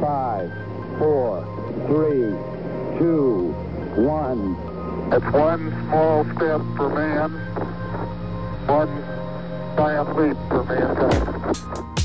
5, 4, 3, 2, 1. It's one small step for man, one giant leap for mankind.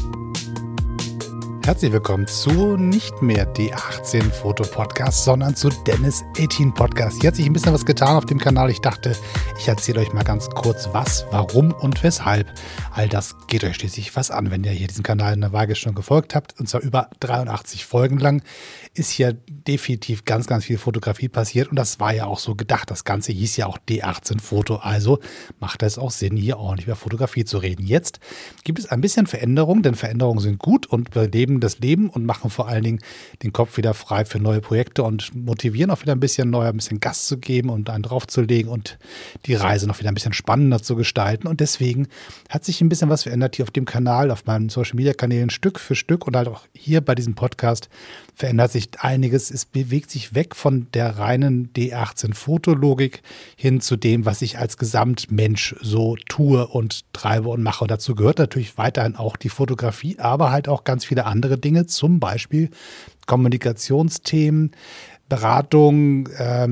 Herzlich willkommen zu nicht mehr D18 Foto-Podcast, sondern zu Dennis 18 Podcast. Hier hat sich ein bisschen was getan auf dem Kanal. Ich dachte, ich erzähle euch mal ganz kurz was, warum und weshalb. All das geht euch schließlich was an, wenn ihr hier diesen Kanal in der Waage schon gefolgt habt. Und zwar über 83 Folgen lang ist hier definitiv ganz, ganz viel Fotografie passiert. Und das war ja auch so gedacht. Das Ganze hieß ja auch D18 Foto. Also macht es auch Sinn, hier ordentlich über Fotografie zu reden. Jetzt gibt es ein bisschen Veränderungen, denn Veränderungen sind gut und beleben das Leben und machen vor allen Dingen den Kopf wieder frei für neue Projekte und motivieren auch wieder ein bisschen neu, ein bisschen Gas zu geben und einen draufzulegen und die Reise noch wieder ein bisschen spannender zu gestalten. Und deswegen hat sich ein bisschen was verändert hier auf dem Kanal, auf meinen Social-Media-Kanälen Stück für Stück und halt auch hier bei diesem Podcast verändert sich einiges. Es bewegt sich weg von der reinen D18-Fotologik hin zu dem, was ich als Gesamtmensch so tue und treibe und mache. Und dazu gehört natürlich weiterhin auch die Fotografie, aber halt auch ganz viele andere Dinge, zum Beispiel Kommunikationsthemen, Beratung,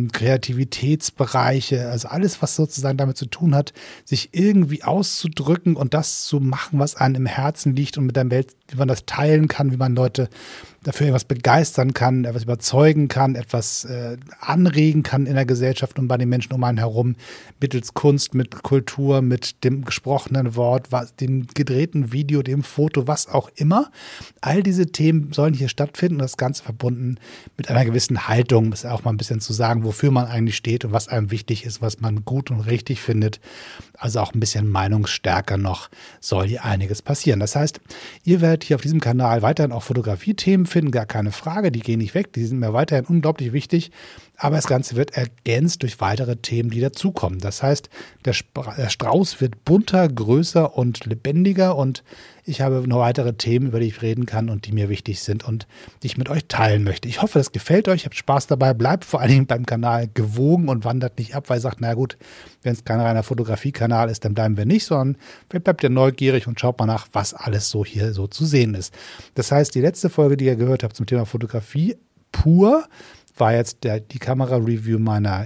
Kreativitätsbereiche, also alles, was sozusagen damit zu tun hat, sich irgendwie auszudrücken und das zu machen, was einem im Herzen liegt und mit der Welt, wie man das teilen kann, wie man Leute dafür etwas begeistern kann, etwas überzeugen kann, etwas anregen kann in der Gesellschaft und bei den Menschen um einen herum, mittels Kunst, mit Kultur, mit dem gesprochenen Wort, dem gedrehten Video, dem Foto, was auch immer. All diese Themen sollen hier stattfinden und das Ganze verbunden mit einer gewissen Haltung, ist auch mal ein bisschen zu sagen, wofür man eigentlich steht und was einem wichtig ist, was man gut und richtig findet. Also auch ein bisschen meinungsstärker noch soll hier einiges passieren. Das heißt, ihr werdet hier auf diesem Kanal weiterhin auch Fotografie-Themen finden, gar keine Frage, die gehen nicht weg, die sind mir weiterhin unglaublich wichtig, aber das Ganze wird ergänzt durch weitere Themen, die dazukommen. Das heißt, der Strauß wird bunter, größer und lebendiger und ich habe noch weitere Themen, über die ich reden kann und die mir wichtig sind und die ich mit euch teilen möchte. Ich hoffe, das gefällt euch, habt Spaß dabei, bleibt vor allen Dingen beim Kanal gewogen und wandert nicht ab, weil ihr sagt, na gut, wenn es kein reiner Fotografie-Kanal ist, dann bleiben wir nicht, sondern vielleicht bleibt ihr neugierig und schaut mal nach, was alles so hier so zu sehen ist. Das heißt, die letzte Folge, die ihr gehört habt zum Thema Fotografie pur, war jetzt die Kamera-Review meiner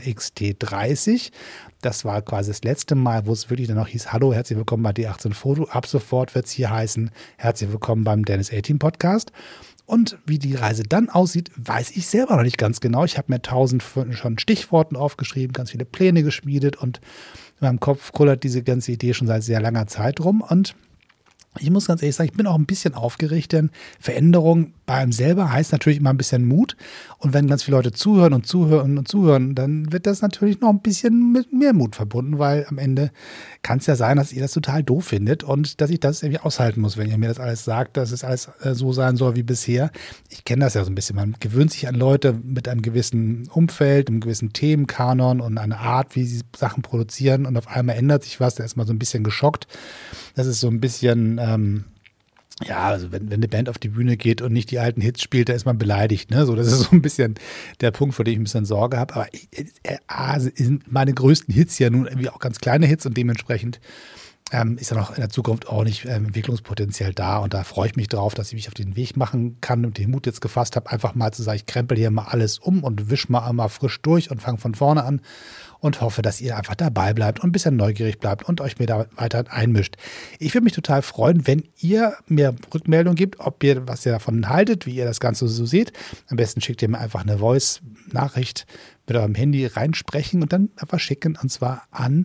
XT30. Das war quasi das letzte Mal, wo es wirklich dann noch hieß, hallo, herzlich willkommen bei D18 Foto. Ab sofort wird es hier heißen, herzlich willkommen beim Dennis 18 Podcast. Und wie die Reise dann aussieht, weiß ich selber noch nicht ganz genau. Ich habe mir 1000 schon Stichworten aufgeschrieben, ganz viele Pläne geschmiedet und in meinem Kopf kullert diese ganze Idee schon seit sehr langer Zeit rum. Und ich muss ganz ehrlich sagen, ich bin auch ein bisschen aufgeregt, denn Veränderung bei einem selber heißt natürlich immer ein bisschen Mut. Und wenn ganz viele Leute zuhören und zuhören und zuhören, dann wird das natürlich noch ein bisschen mit mehr Mut verbunden, weil am Ende kann es ja sein, dass ihr das total doof findet und dass ich das irgendwie aushalten muss, wenn ihr mir das alles sagt, dass es alles so sein soll wie bisher. Ich kenne das ja so ein bisschen. Man gewöhnt sich an Leute mit einem gewissen Umfeld, einem gewissen Themenkanon und einer Art, wie sie Sachen produzieren und auf einmal ändert sich was, da ist man so ein bisschen geschockt. Das ist so ein bisschen also wenn eine Band auf die Bühne geht und nicht die alten Hits spielt, da ist man beleidigt. Ne? So, das ist so ein bisschen der Punkt, vor dem ich ein bisschen Sorge habe. Aber sind meine größten Hits ja nun irgendwie auch ganz kleine Hits und dementsprechend ist ja noch in der Zukunft auch nicht Entwicklungspotenzial da. Und da freue ich mich drauf, dass ich mich auf den Weg machen kann und den Mut jetzt gefasst habe, einfach mal zu sagen, ich krempel hier mal alles um und wisch mal einmal frisch durch und fange von vorne an. Und hoffe, dass ihr einfach dabei bleibt und ein bisschen neugierig bleibt und euch mir da weiter einmischt. Ich würde mich total freuen, wenn ihr mir Rückmeldung gibt, was ihr davon haltet, wie ihr das Ganze so seht. Am besten schickt ihr mir einfach eine Voice-Nachricht mit eurem Handy reinsprechen und dann einfach schicken, und zwar an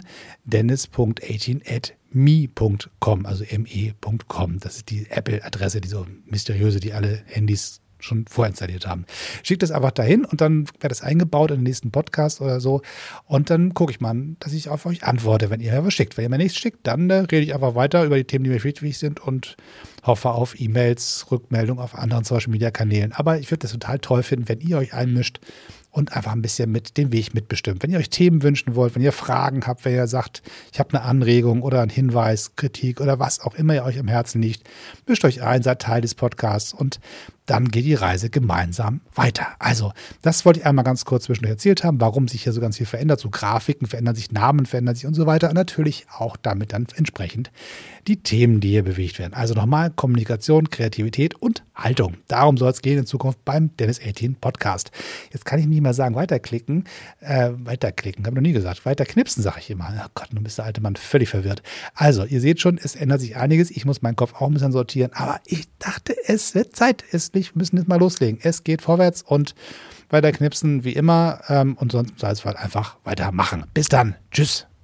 dennis.18@me.com, also me.com. Das ist die Apple-Adresse, die so mysteriöse, die alle Handys schon vorinstalliert haben. Schickt das einfach dahin und dann wird das eingebaut in den nächsten Podcast oder so und dann gucke ich mal, dass ich auf euch antworte, wenn ihr mir was schickt. Wenn ihr mir nichts schickt, dann rede ich einfach weiter über die Themen, die mir wichtig sind und hoffe auf E-Mails, Rückmeldungen auf anderen Social-Media-Kanälen. Aber ich würde das total toll finden, wenn ihr euch einmischt und einfach ein bisschen mit den Weg mitbestimmt. Wenn ihr euch Themen wünschen wollt, wenn ihr Fragen habt, wenn ihr sagt, ich habe eine Anregung oder einen Hinweis, Kritik oder was auch immer ihr euch am Herzen liegt, mischt euch ein, seid Teil des Podcasts und dann geht die Reise gemeinsam weiter. Also, das wollte ich einmal ganz kurz zwischendurch erzählt haben, warum sich hier so ganz viel verändert. So Grafiken verändern sich, Namen verändern sich und so weiter. Und natürlich auch damit dann entsprechend die Themen, die hier bewegt werden. Also nochmal Kommunikation, Kreativität und Haltung. Darum soll es gehen in Zukunft beim Dennis 18 Podcast. Jetzt kann ich nicht mehr sagen, weiterklicken, habe ich noch nie gesagt. Weiterknipsen, sage ich immer. Oh Gott, nun ist der alte Mann völlig verwirrt. Also, ihr seht schon, es ändert sich einiges. Ich muss meinen Kopf auch ein bisschen sortieren. Aber ich dachte, es wird Zeit. Wir müssen jetzt mal loslegen. Es geht vorwärts und weiterknipsen wie immer. Und sonst soll es halt einfach weitermachen. Bis dann. Tschüss.